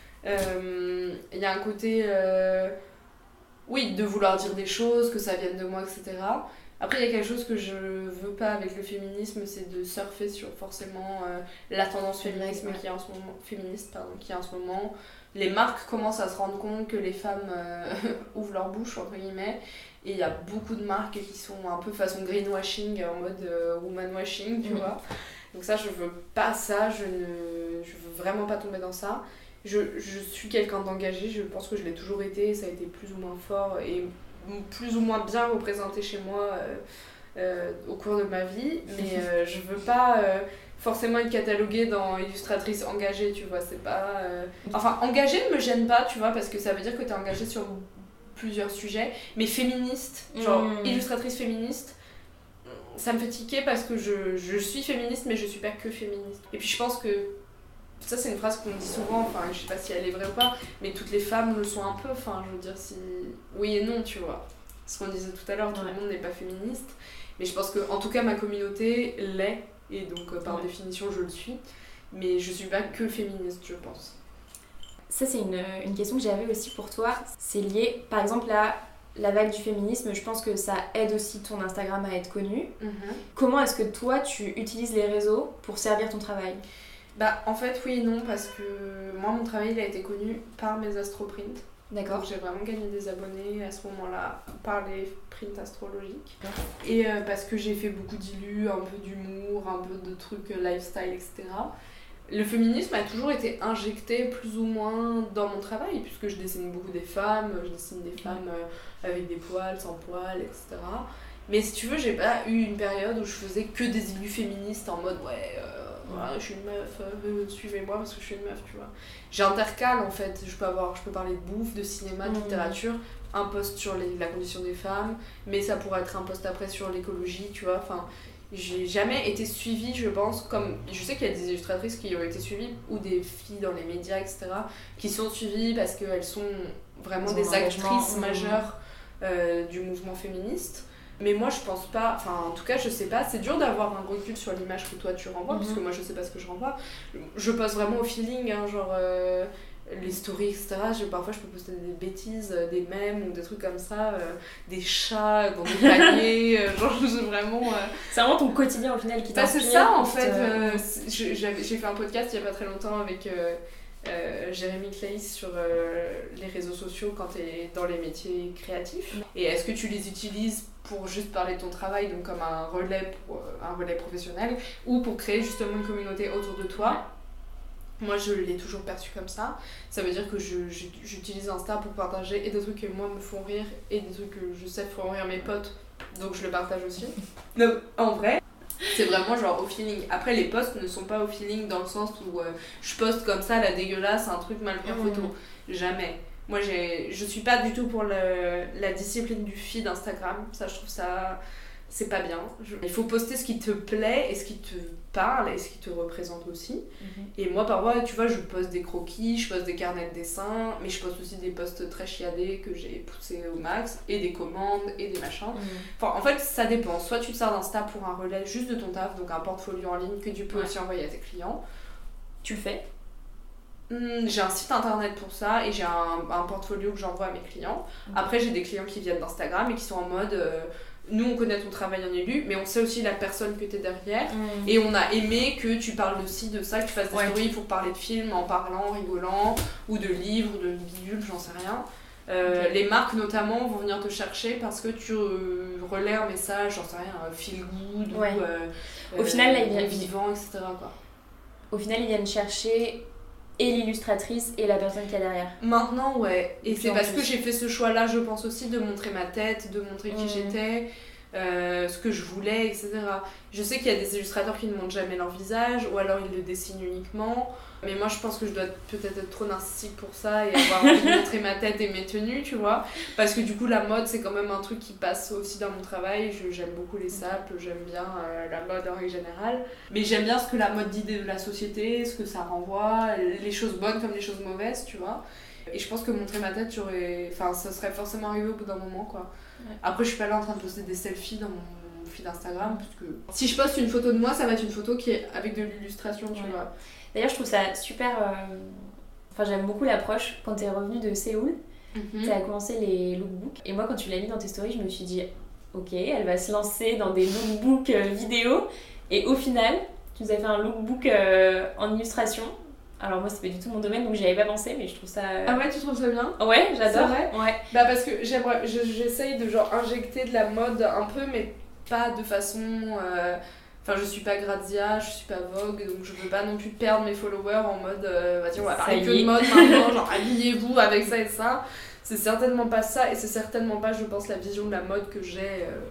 Euh, il y a un côté, euh, oui, de vouloir dire des choses, que ça vienne de moi, et cetera. Après, il y a quelque chose que je veux pas avec le féminisme, c'est de surfer sur forcément euh, la tendance féminisme qui est en ce moment, féministe pardon, qui est en ce moment, les marques commencent à se rendre compte que les femmes euh, ouvrent leur bouche, entre guillemets, et il y a beaucoup de marques qui sont un peu façon greenwashing, en mode euh, womanwashing, tu mmh. vois. Donc ça, je veux pas ça, je ne je veux vraiment pas tomber dans ça. Je, je suis quelqu'un d'engagé, je pense que je l'ai toujours été, ça a été plus ou moins fort et plus ou moins bien représenté chez moi euh, euh, au cours de ma vie, mais euh, je veux pas euh, forcément être cataloguée dans illustratrice engagée, tu vois, c'est pas... Euh... Enfin, engagée ne me gêne pas, tu vois, parce que ça veut dire que t'es engagée sur plusieurs sujets, mais féministe, genre mmh. illustratrice féministe, ça me fait tiquer parce que je, je suis féministe, mais je suis pas que féministe. Et puis je pense que ça, c'est une phrase qu'on dit souvent, enfin, je sais pas si elle est vraie ou pas, mais toutes les femmes le sont un peu, enfin, je veux dire, si... Oui et non, tu vois. Ce qu'on disait tout à l'heure, tout ouais. le monde n'est pas féministe, mais je pense que, en tout cas, ma communauté l'est, et donc, euh, par ouais. définition, je le suis, mais je suis pas que féministe, je pense. Ça, c'est une, une question que j'avais aussi pour toi. C'est lié, par exemple, à la vague du féminisme. Je pense que ça aide aussi ton Instagram à être connu. Mm-hmm. Comment est-ce que toi, tu utilises les réseaux pour servir ton travail ? Bah, en fait, oui et non, parce que moi, mon travail, il a été connu par mes astroprints. D'accord. Donc, j'ai vraiment gagné des abonnés à ce moment-là par les prints astrologiques. D'accord. Et euh, parce que j'ai fait beaucoup d'illus, un peu d'humour, un peu de trucs euh, lifestyle, et cetera. Le féminisme a toujours été injecté plus ou moins dans mon travail, puisque je dessine beaucoup des femmes, je dessine des femmes euh, avec des poils, sans poils, et cetera. Mais si tu veux, j'ai pas eu une période où je faisais que des illus féministes en mode ouais... Euh, Voilà, je suis une meuf, euh, suivez-moi parce que je suis une meuf, tu vois. J'intercale en fait, je peux, avoir, je peux parler de bouffe, de cinéma, de mmh. littérature, un post sur les, la condition des femmes, mais ça pourrait être un post après sur l'écologie, tu vois. Enfin, j'ai jamais été suivie, je pense, comme... Je sais qu'il y a des illustratrices qui ont été suivies, ou des filles dans les médias, et cetera, qui sont suivies parce qu'elles sont vraiment des actrices mmh. majeures euh, du mouvement féministe. Mais moi je pense pas, enfin en tout cas je sais pas, c'est dur d'avoir un recul sur l'image que toi tu renvoies, mmh. parce que moi je sais pas ce que je renvoie. Je poste vraiment au feeling, hein, genre euh, les stories, et cetera. Je, parfois je peux poster des bêtises, des mèmes ou des trucs comme ça, euh, des chats dans des paniers, euh, genre je vraiment... Euh... C'est vraiment ton quotidien au final qui t'inspire. Bah, c'est ça en fait, euh, j'ai, j'ai fait un podcast il y a pas très longtemps avec... Euh, Euh, Jérémy Clays sur euh, les réseaux sociaux quand tu es dans les métiers créatifs. Et est-ce que tu les utilises pour juste parler de ton travail, donc comme un relais, pour, euh, un relais professionnel, ou pour créer justement une communauté autour de toi? Moi je l'ai toujours perçu comme ça. Ça veut dire que je, je, j'utilise Insta pour partager et des trucs que moi me font rire et des trucs que je sais font rire mes potes, donc je le partage aussi. Donc en vrai c'est vraiment genre au feeling. Après les posts ne sont pas au feeling dans le sens où euh, je poste comme ça la dégueulasse, un truc mal pris en photo. Mmh. Jamais. Moi j'ai, je suis pas du tout pour le, la discipline du feed Instagram. Ça je trouve ça... c'est pas bien. Je... Il faut poster ce qui te plaît et ce qui te parle et ce qui te représente aussi. Mm-hmm. Et moi, parfois, tu vois, je poste des croquis, je poste des carnets de dessin, mais je poste aussi des posts très chiadés que j'ai poussés au max, et des commandes, et des machins. Mm-hmm. Enfin, en fait, ça dépend. Soit tu te sers d'Insta pour un relais juste de ton taf, donc un portfolio en ligne que tu peux ouais. aussi envoyer à tes clients. Tu le fais ? Mmh, j'ai un site internet pour ça et j'ai un, un portfolio que j'envoie à mes clients. Mm-hmm. Après, j'ai des clients qui viennent d'Instagram et qui sont en mode... Euh, nous on connaît ton travail en élu, mais on sait aussi la personne que t'es derrière. Mmh. Et on a aimé que tu parles de ci, de ça, que tu fasses des ouais. stories pour parler de films en parlant, rigolant, ou de livres, ou de bidules, j'en sais rien. Euh, okay. Les marques notamment vont venir te chercher parce que tu euh, relais un message, j'en sais rien, feel good, ouais. ou euh, au euh, final, là, ils viennent... vivant, et cetera quoi. Au final, ils viennent chercher et l'illustratrice et la personne qu'il y a derrière. Maintenant, ouais. Et c'est parce que j'ai fait ce choix-là, je pense aussi, de montrer ma tête, de montrer qui mmh. j'étais, euh, ce que je voulais, et cetera. Je sais qu'il y a des illustrateurs qui ne montrent jamais leur visage, ou alors ils le dessinent uniquement. Mais moi, je pense que je dois peut-être être trop narcissique pour ça et avoir envie de montrer ma tête et mes tenues, tu vois. Parce que du coup, la mode, c'est quand même un truc qui passe aussi dans mon travail. Je, j'aime beaucoup les sapes, j'aime bien euh, la mode en règle générale. Mais j'aime bien ce que la mode dit de la société, ce que ça renvoie, les choses bonnes comme les choses mauvaises, tu vois. Et je pense que montrer ma tête, j'aurais... enfin, ça serait forcément arrivé au bout d'un moment, quoi. Ouais. Après, je suis pas là en train de poster des selfies dans mon feed Instagram, parce que si je poste une photo de moi, ça va être une photo qui est avec de l'illustration, tu ouais. vois. D'ailleurs, je trouve ça super... Euh... Enfin, j'aime beaucoup l'approche. Quand t'es revenue de Séoul, mm-hmm. t'as commencé les lookbooks. Et moi, quand tu l'as mis dans tes stories, je me suis dit, ok, elle va se lancer dans des lookbooks euh, vidéo. Et au final, tu nous as fait un lookbook euh, en illustration. Alors moi c'est pas du tout mon domaine donc j'y avais pas pensé mais je trouve ça... Ah ouais, tu trouves ça bien ? Ouais, j'adore. C'est vrai ? Ouais. Bah parce que j'aimerais, je- j'essaye de genre injecter de la mode un peu mais pas de façon... euh, Enfin, je suis pas Grazia, je suis pas Vogue, donc je veux pas non plus perdre mes followers en mode, euh, vas-y, on va parler que de mode maintenant, genre habillez-vous avec ça et ça. C'est certainement pas ça, et c'est certainement pas, je pense, la vision de la mode que j'ai euh,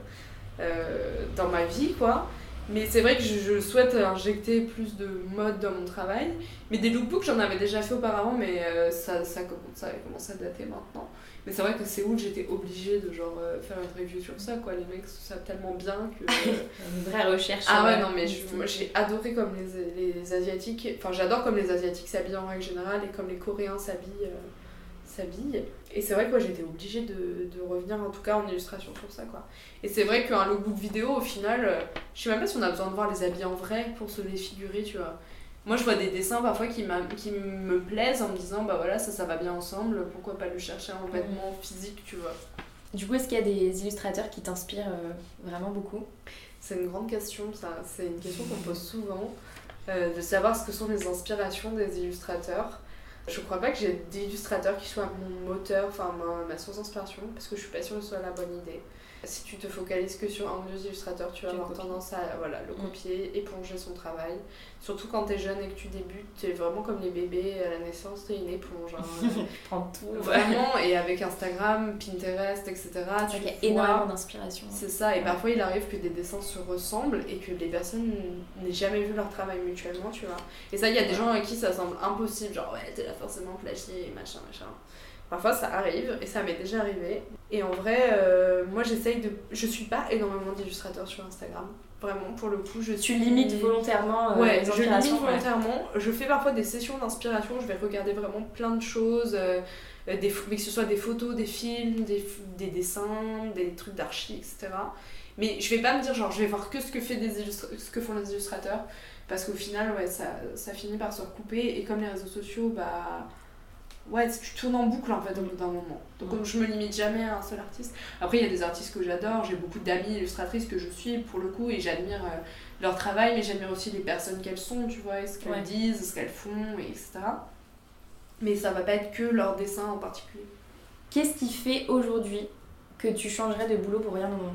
euh, dans ma vie, quoi. Mais c'est vrai que je, je souhaite injecter plus de mode dans mon travail. Mais des lookbooks, j'en avais déjà fait auparavant, mais euh, ça, ça, ça avait commencé à dater maintenant. Mais c'est vrai que c'est où j'étais obligée de genre euh, faire une review sur ça, quoi. Les mecs savent tellement bien que... Euh... une vraie recherche. Ah ouais, non, mais je, moi j'ai adoré comme les, les Asiatiques... Enfin, j'adore comme les Asiatiques s'habillent en règle générale et comme les Coréens s'habillent. Euh, s'habillent. Et c'est vrai que moi j'étais obligée de, de revenir en tout cas en illustration sur ça, quoi. Et c'est vrai qu'un lookbook vidéo, au final, euh, je sais même pas si on a besoin de voir les habits en vrai pour se les figurer, tu vois. Moi, je vois des dessins parfois qui, qui me plaisent en me disant, bah voilà, ça, ça va bien ensemble, pourquoi pas le chercher en vêtements physiques, tu vois. Du coup, est-ce qu'il y a des illustrateurs qui t'inspirent euh, vraiment beaucoup ? C'est une grande question, ça. C'est une question qu'on pose souvent, euh, de savoir ce que sont les inspirations des illustrateurs. Je crois pas que j'ai d'illustrateurs qui soient mon moteur, enfin ma, ma source d'inspiration, parce que je suis pas sûre que ce soit la bonne idée. Si tu te focalises que sur un ou deux illustrateurs, tu vas avoir tendance à voilà, le copier, éponger son travail. Surtout quand t'es jeune et que tu débutes, t'es vraiment comme les bébés à la naissance, t'es une éponge. Hein. Prends tout. Vraiment, et avec Instagram, Pinterest, et cetera. Il y a énormément d'inspiration. C'est ça, et ouais. Parfois il arrive que des dessins se ressemblent et que les personnes n'aient jamais vu leur travail mutuellement, tu vois. Et ça, il y a des gens à qui ça semble impossible, genre ouais, t'es là forcément plagié, machin, machin. Parfois ça arrive, et ça m'est déjà arrivé. Et en vrai, euh, moi j'essaye de... Je suis pas énormément d'illustrateurs sur Instagram. Vraiment, pour le coup, je suis... Tu limites volontairement euh, ouais, les je limite volontairement. Ouais. Je fais parfois des sessions d'inspiration, je vais regarder vraiment plein de choses, euh, des, mais que ce soit des photos, des films, des, des dessins, des trucs d'archi, et cetera. Mais je vais pas me dire genre je vais voir que ce que, fait des illustra- ce que font les illustrateurs, parce qu'au final, ouais, ça, ça finit par se recouper, et comme les réseaux sociaux, bah... Ouais, tu tournes en boucle en fait au bout d'un moment. Donc ouais. Je me limite jamais à un seul artiste. Après, il y a des artistes que j'adore, j'ai beaucoup d'amies illustratrices que je suis pour le coup et j'admire euh, leur travail, mais j'admire aussi les personnes qu'elles sont, tu vois, et ce qu'elles ouais. disent, ce qu'elles font, et cetera. Mais ça va pas être que leur dessin en particulier. Qu'est-ce qui fait aujourd'hui que tu changerais de boulot pour rien au monde ?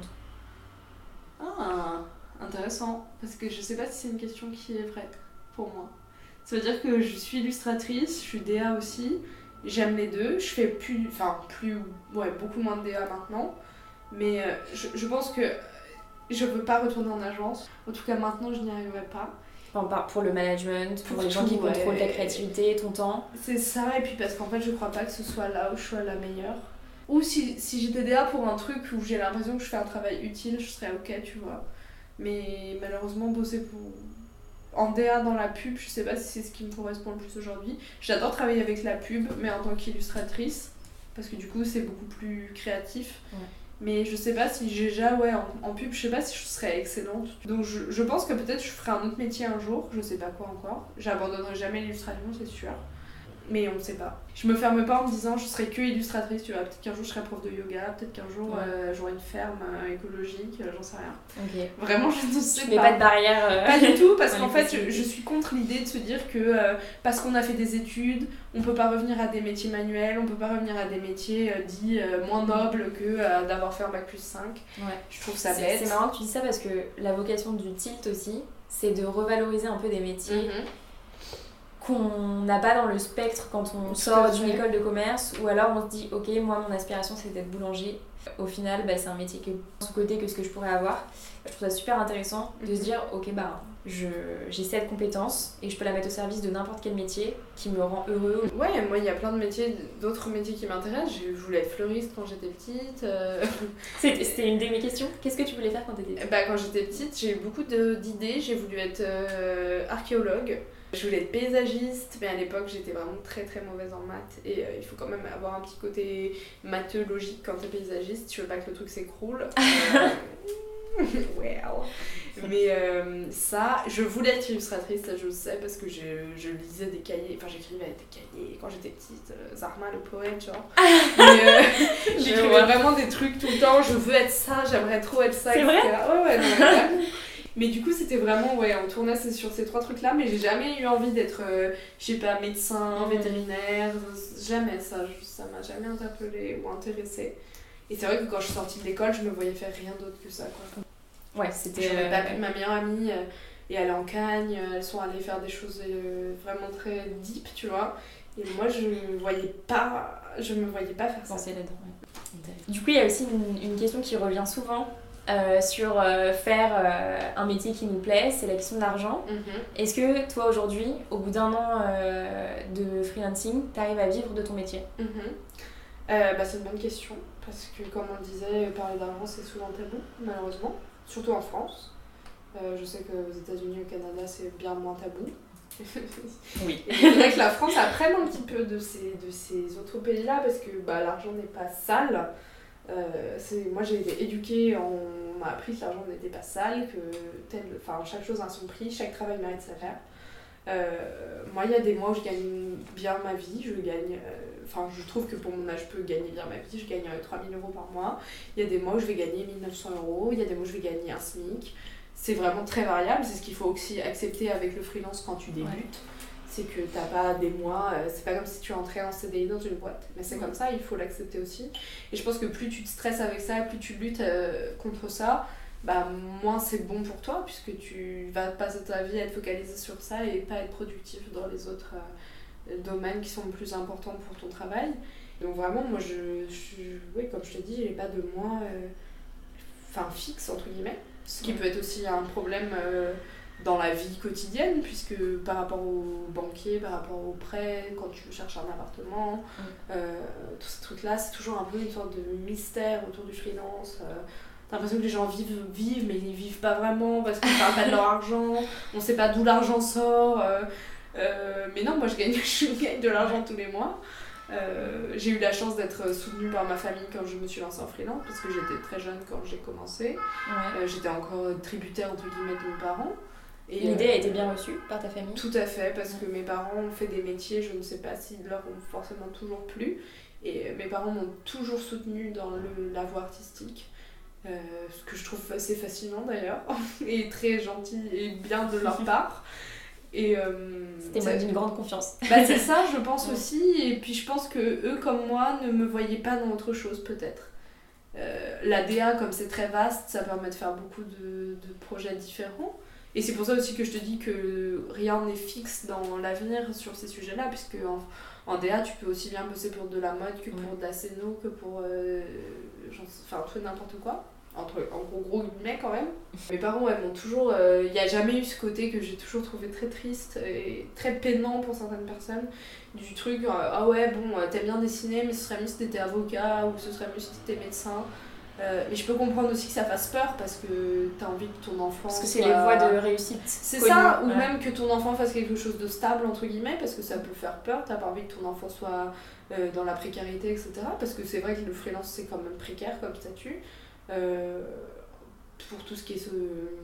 Ah, intéressant. Parce que je sais pas si c'est une question qui est vraie pour moi. Ça veut dire que je suis illustratrice, je suis D A aussi. J'aime les deux, je fais plus, enfin plus, ouais, beaucoup moins de D A maintenant, mais euh, je, je pense que je veux pas retourner en agence, en tout cas maintenant je n'y arriverai pas. Enfin, pour le management, pour, pour les tout, gens qui ouais. contrôlent ta créativité, ton temps. C'est ça, et puis parce qu'en fait je crois pas que ce soit là où je sois la meilleure. Ou si, si j'étais D A pour un truc où j'ai l'impression que je fais un travail utile, je serais ok, tu vois. Mais malheureusement bosser pour... En D A dans la pub, je sais pas si c'est ce qui me correspond le plus aujourd'hui. J'adore travailler avec la pub, mais en tant qu'illustratrice, parce que du coup c'est beaucoup plus créatif. Ouais. Mais je sais pas si j'ai déjà, ouais, en, en pub, je sais pas si je serais excellente. Donc je, je pense que peut-être je ferai un autre métier un jour, je sais pas quoi encore. J'abandonnerai jamais l'illustration, c'est sûr. Mais on ne sait pas. Je me ferme pas en me disant je serai que illustratrice, tu vois. Peut-être qu'un jour je serai prof de yoga, peut-être qu'un jour ouais. euh, j'aurai une ferme euh, écologique, euh, j'en sais rien. Okay. Vraiment, je ne sais tu pas. Mais pas de barrière. Euh... Pas du tout, parce qu'en fait, je, je suis contre l'idée de se dire que euh, parce qu'on a fait des études, on peut pas revenir à des métiers manuels, on peut pas revenir à des métiers euh, dits euh, moins nobles que euh, d'avoir fait un bac plus cinq. Ouais. Je trouve ça c'est, bête. C'est marrant que tu dis ça parce que la vocation du tilt aussi, c'est de revaloriser un peu des métiers. Mm-hmm. Qu'on n'a pas dans le spectre quand on Tout sort d'une école de commerce, ou alors on se dit ok, moi mon aspiration c'est d'être boulanger. Au final bah, c'est un métier qui est sous-côté que ce que je pourrais avoir. Je trouve ça super intéressant de mm-hmm. se dire ok bah je, j'ai cette compétence et je peux la mettre au service de n'importe quel métier qui me rend heureux. Ouais, moi il y a plein de métiers, d'autres métiers qui m'intéressent. Je voulais être fleuriste quand j'étais petite. Euh... C'était, c'était une de mes questions. Qu'est-ce que tu voulais faire quand t'étais petite ? Bah quand j'étais petite j'ai eu beaucoup de, d'idées. J'ai voulu être euh, archéologue. Je voulais être paysagiste, mais à l'époque j'étais vraiment très très mauvaise en maths et euh, il faut quand même avoir un petit côté matheux logique quand t'es paysagiste, tu veux pas que le truc s'écroule. euh... well. Mais euh, ça, je voulais être illustratrice, ça je le sais parce que je, je lisais des cahiers, enfin j'écrivais des cahiers quand j'étais petite, euh, Zarma le poème genre. Mais euh, j'écrivais vraiment des trucs tout le temps, je veux être ça, j'aimerais trop être ça, c'est et cetera. Vrai ouais ouais, non, ouais. Mais du coup, c'était vraiment, ouais, on tournait sur ces trois trucs-là, mais j'ai jamais eu envie d'être, euh, je sais pas, médecin, mmh. vétérinaire, jamais ça, ça m'a jamais interpellée ou intéressée. Et c'est vrai que quand je suis sortie de l'école, je me voyais faire rien d'autre que ça, quoi. Ouais, c'était... J'aurais pas pu, euh... ma meilleure amie, euh, et elle est en Cagne, elles sont allées faire des choses euh, vraiment très deep, tu vois. Et moi, je me voyais pas, je me voyais pas faire ça. Penser là-dedans, ouais. Du coup, il y a aussi une, une question qui revient souvent euh, sur euh, faire euh, un métier qui nous plaît, c'est la question de l'argent. Mm-hmm. Est-ce que toi, aujourd'hui, au bout d'un an euh, de freelancing, tu arrives à vivre de ton métier? Mm-hmm. euh, bah, C'est une bonne question, parce que comme on le disait, parler d'argent, c'est souvent tabou, malheureusement, surtout en France. Euh, je sais qu'aux États-Unis, au Canada, c'est bien moins tabou. Oui. Et c'est vrai que la France apprenne un petit peu de ces, de ces autres pays-là, parce que bah, l'argent n'est pas sale. Euh, c'est, moi j'ai été éduquée, on m'a appris que l'argent n'était pas sale, que tel, chaque chose a son prix, chaque travail mérite sa faire. Euh, moi il y a des mois où je gagne bien ma vie, je gagne, enfin euh, je trouve que pour mon âge je peux gagner bien ma vie, je gagne euh, trois mille euros par mois. Il y a des mois où je vais gagner mille neuf cents euros, il y a des mois où je vais gagner un SMIC. C'est vraiment très variable, c'est ce qu'il faut aussi accepter avec le freelance quand tu débutes. Ouais. C'est que t'as pas des mois, euh, c'est pas comme si tu entrais en C D I dans une boîte, mais c'est ouais. comme ça, il faut l'accepter aussi. Et je pense que plus tu te stresses avec ça, plus tu luttes euh, contre ça, bah moins c'est bon pour toi, puisque tu vas passer ta vie à être focalisé sur ça et pas être productif dans les autres euh, domaines qui sont plus importants pour ton travail. Donc vraiment, moi, je, je oui, comme je te dis, j'ai pas de mois enfin euh, fixe, entre guillemets, ce qui ouais. peut être aussi un problème euh, dans la vie quotidienne, puisque par rapport aux banquiers, par rapport aux prêts, quand tu cherches un appartement, mm. euh, tous ces trucs-là, c'est toujours un peu une sorte de mystère autour du freelance. Euh, t'as l'impression que les gens vivent, vivent, mais ils vivent pas vraiment parce qu'ils parlent pas de leur argent, on sait pas d'où l'argent sort. Euh, euh, mais non, moi je gagne, je gagne de l'argent tous les mois. Euh, j'ai eu la chance d'être soutenue par ma famille quand je me suis lancée en freelance, parce que j'étais très jeune quand j'ai commencé. Ouais. Euh, j'étais encore tributaire entre guillemets de mes parents. Et l'idée euh, a été bien reçue par ta famille? Tout à fait, parce que mes parents ont fait des métiers, je ne sais pas s'ils leur ont forcément toujours plu. Et mes parents m'ont toujours soutenue dans le, la voie artistique, euh, ce que je trouve assez fascinant d'ailleurs, et très gentil et bien de leur part. Et euh, c'était moi d'une grande confiance. Bah c'est ça, je pense ouais. aussi. Et puis je pense que eux, comme moi, ne me voyaient pas dans autre chose peut-être. Euh, la D A, comme c'est très vaste, ça permet de faire beaucoup de, de projets différents. Et c'est pour ça aussi que je te dis que rien n'est fixe dans l'avenir sur ces sujets-là, puisque en, en D A, tu peux aussi bien bosser pour de la mode que pour ouais. de la scéno, que pour euh, enfin tout et n'importe quoi. Entre, en gros, gros guillemets quand même. Mes parents, elles m'ont toujours... Il euh, n'y a jamais eu ce côté que j'ai toujours trouvé très triste et très peinant pour certaines personnes. Du truc, euh, ah ouais, bon, t'aimes bien dessiner, mais ce serait mieux si t'étais avocat ou ce serait mieux si t'étais médecin. Euh, mais je peux comprendre aussi que ça fasse peur parce que t'as envie que ton enfant... Parce que c'est soit... les voies de réussite. C'est connues. Ça, ou ouais. même que ton enfant fasse quelque chose de stable, entre guillemets, parce que ça peut faire peur. T'as pas envie que ton enfant soit euh, dans la précarité, et cetera. Parce que c'est vrai que le freelance, c'est quand même précaire comme statut. Euh, pour tout ce qui est ce,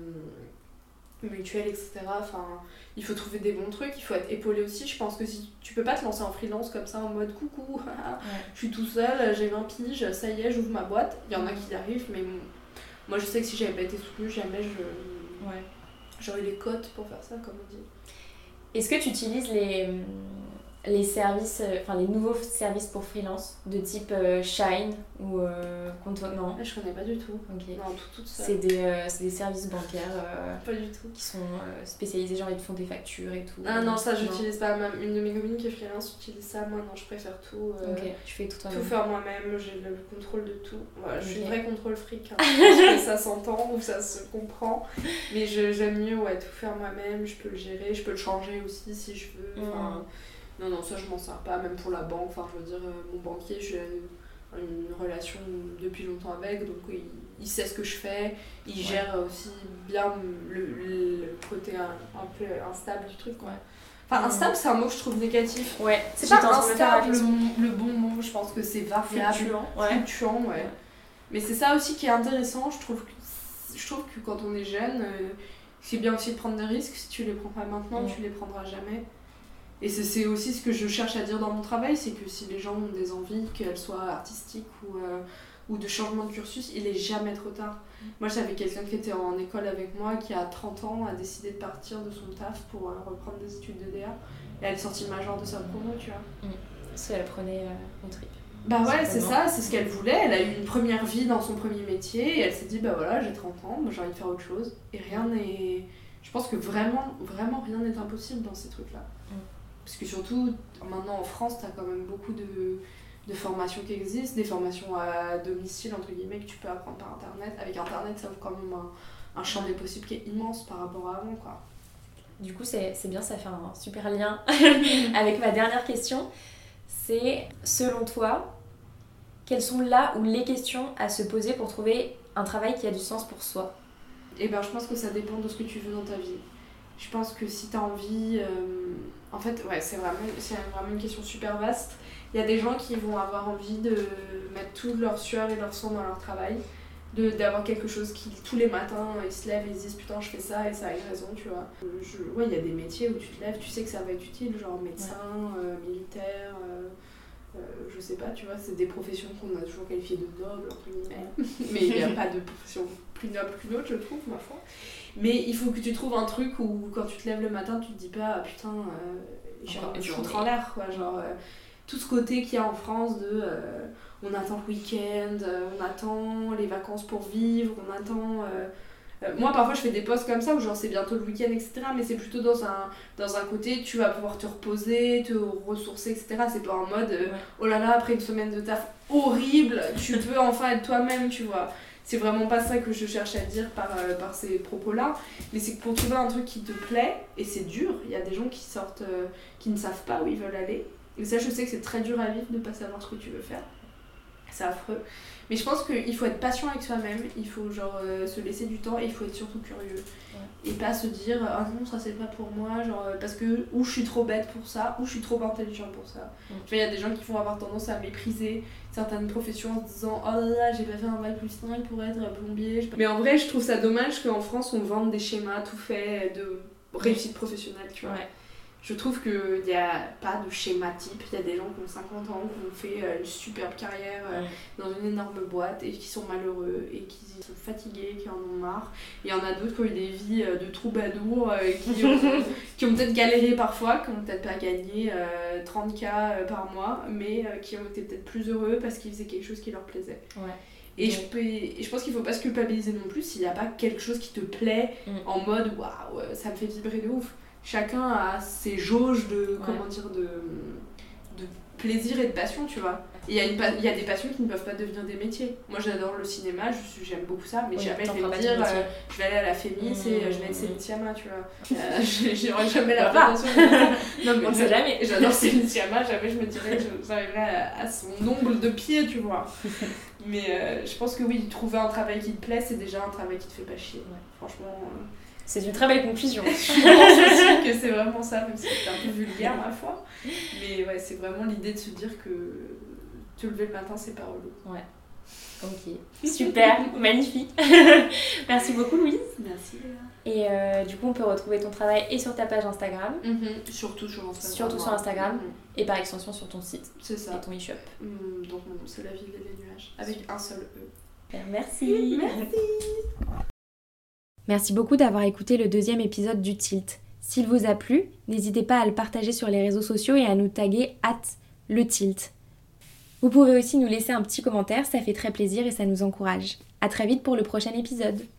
mutuel, et cetera. Enfin, il faut trouver des bons trucs, il faut être épaulé aussi. Je pense que si tu peux pas te lancer en freelance comme ça en mode coucou, ouais. je suis tout seul, j'ai vingt piges, ça y est, j'ouvre ma boîte. Il y en a qui y arrivent, mais moi je sais que si j'avais pas été soutenue, jamais je, ouais. j'aurais les cotes pour faire ça, comme on dit. Est-ce que tu utilises les. les services, enfin les nouveaux services pour freelance de type euh, Shine ou euh, compte non je connais pas du tout. Okay. Non, tout, tout ça. C'est des euh, c'est des services bancaires euh, pas du tout qui sont euh, spécialisés, genre ils te font des factures et tout. Ah non, ça j'utilise pas. Même une de mes copines qui est freelance utilise ça. Moi non, je préfère tout. Euh, ok, tu fais tout toi-même. Tout faire moi-même, j'ai le contrôle de tout. Voilà, okay. Je suis une vraie contrôle fric. Hein. Je pense que ça s'entend ou ça se comprend. Mais je, j'aime mieux ouais, tout faire moi-même. Je peux le gérer, je peux le changer aussi si je veux. Enfin, mmh. Non, non, ça je m'en sers pas, même pour la banque. Enfin, je veux dire, euh, mon banquier, j'ai une relation depuis longtemps avec, donc il, il sait ce que je fais. Il ouais. gère aussi bien le, le côté un, un peu instable du truc, quoi. Enfin, instable, c'est un mot que je trouve négatif. Ouais, c'est pas instable le, le bon mot, je pense que c'est variable. Fluctuant, ouais. Fluctuant, ouais. ouais. Mais c'est ça aussi qui est intéressant, je trouve que, je trouve que quand on est jeune, euh, c'est bien aussi de prendre des risques. Si tu les prends pas maintenant, ouais. tu les prendras jamais. Et c'est, c'est aussi ce que je cherche à dire dans mon travail, c'est que si les gens ont des envies, qu'elles soient artistiques ou, euh, ou de changement de cursus, il est jamais trop tard. Moi j'avais quelqu'un qui était en école avec moi qui à trente ans a décidé de partir de son taf pour euh, reprendre des études de D A et elle est sortie majeure de sa promo, tu vois. Mmh. Parce qu'elle prenait euh, au trip. Bah ouais, c'est ça, c'est ce qu'elle voulait. Elle a eu une première vie dans son premier métier et elle s'est dit bah voilà, j'ai trente ans, j'ai envie de faire autre chose. Et rien n'est... Je pense que vraiment, vraiment rien n'est impossible dans ces trucs-là. Mm. Parce que surtout, maintenant en France, t'as quand même beaucoup de, de formations qui existent, des formations à domicile, entre guillemets, que tu peux apprendre par Internet. Avec Internet, ça ouvre quand même un, un champ des possibles qui est immense par rapport à avant, quoi. Du coup, c'est, c'est bien, ça fait un super lien avec ma dernière question. C'est, selon toi, quelles sont là ou les questions à se poser pour trouver un travail qui a du sens pour soi ? Eh ben, je pense que ça dépend de ce que tu veux dans ta vie. Je pense que si t'as envie... Euh... En fait, ouais, c'est vraiment, c'est vraiment une question super vaste. Il y a des gens qui vont avoir envie de mettre tout leur sueur et leur sang dans leur travail. De, d'avoir quelque chose qui, tous les matins, ils se lèvent et ils se disent « Putain, je fais ça et ça a une raison, tu vois. » Je... Ouais, il y a des métiers où tu te lèves, tu sais que ça va être utile, genre médecin, ouais. euh, militaire... Euh... Euh, je sais pas, tu vois, c'est des professions qu'on a toujours qualifiées de nobles, entre guillemets. Mais il n'y a pas de profession plus noble qu'une autre, je trouve, ma foi. Mais il faut que tu trouves un truc où, quand tu te lèves le matin, tu te dis pas, ah, putain, euh, je suis rentrée en l'air, quoi. Genre, euh, tout ce côté qu'il y a en France de euh, on attend le week-end, euh, on attend les vacances pour vivre, on attend. Euh, Euh, moi parfois je fais des posts comme ça où genre c'est bientôt le week-end, et cetera. Mais c'est plutôt dans un, dans un côté tu vas pouvoir te reposer, te ressourcer, et cetera. C'est pas en mode euh, ouais. oh là là, après une semaine de taf horrible, tu peux enfin être toi-même, tu vois. C'est vraiment pas ça que je cherche à dire par, euh, par ces propos-là. Mais c'est que pour trouver un truc qui te plaît, et c'est dur, il y a des gens qui sortent, euh, qui ne savent pas où ils veulent aller. Et ça, je sais que c'est très dur à vivre de pas savoir ce que tu veux faire. C'est affreux. Mais je pense qu'il faut être patient avec soi-même, il faut genre euh, se laisser du temps et il faut être surtout curieux. Ouais. Et pas se dire ah non, ça c'est pas pour moi, genre parce que ou je suis trop bête pour ça, ou je suis trop intelligente pour ça. Ouais. Tu vois, il y a des gens qui vont avoir tendance à mépriser certaines professions en se disant oh là là, j'ai pas fait un bac plus cinq pour être plombier. Mais en vrai, je trouve ça dommage qu'en France on vende des schémas tout faits de réussite professionnelle, tu vois. Ouais. Je trouve qu'il n'y a pas de schéma type. Il y a des gens qui ont cinquante ans, qui ont fait une superbe carrière ouais. dans une énorme boîte et qui sont malheureux et qui sont fatigués, qui en ont marre. Et il y en a d'autres qui ont eu des vies de troubadours, qui ont, qui ont peut-être galéré parfois, qui n'ont peut-être pas gagné trente mille par mois, mais qui ont été peut-être plus heureux parce qu'ils faisaient quelque chose qui leur plaisait. Ouais. Et, je peux, et je pense qu'il ne faut pas se culpabiliser non plus s'il n'y a pas quelque chose qui te plaît mm. en mode waouh, ça me fait vibrer de ouf. Chacun a ses jauges de, ouais. comment dire, de, de plaisir et de passion, tu vois. Il y, a une, il y a des passions qui ne peuvent pas devenir des métiers. Moi, j'adore le cinéma, je, j'aime beaucoup ça, mais oui, jamais je vais me dire, euh, je vais aller à la Fémis mmh, et je vais être Céline Sciamma, tu vois. Euh, J'aurais jamais la prétention. Non, mais on ne sait jamais. J'adore Céline Sciamma, jamais je me dirais que j'arriverai à, à son nombre de pieds, tu vois. Mais euh, je pense que oui, trouver un travail qui te plaît, c'est déjà un travail qui te fait pas chier. Ouais. Franchement... Euh... C'est une très belle conclusion. Je pense aussi que c'est vraiment ça, même si c'est un peu vulgaire ma foi. Mais ouais, c'est vraiment l'idée de se dire que te lever le matin, c'est pas relou. Ouais. Ok. Super, magnifique. Merci beaucoup Louise. Merci Léa. Et euh, du coup, on peut retrouver ton travail et sur ta page Instagram. Mm-hmm. Surtout sur Instagram. Surtout sur Instagram. Mm-hmm. Et par extension sur ton site. C'est ça. Et ton e-shop. Mm, donc mon nom, c'est La Ville et les Nuages. Avec Super. Un seul E. Merci. Merci. Merci beaucoup d'avoir écouté le deuxième épisode du Tilt. S'il vous a plu, n'hésitez pas à le partager sur les réseaux sociaux et à nous taguer arobase le tilt. Vous pouvez aussi nous laisser un petit commentaire, ça fait très plaisir et ça nous encourage. À très vite pour le prochain épisode.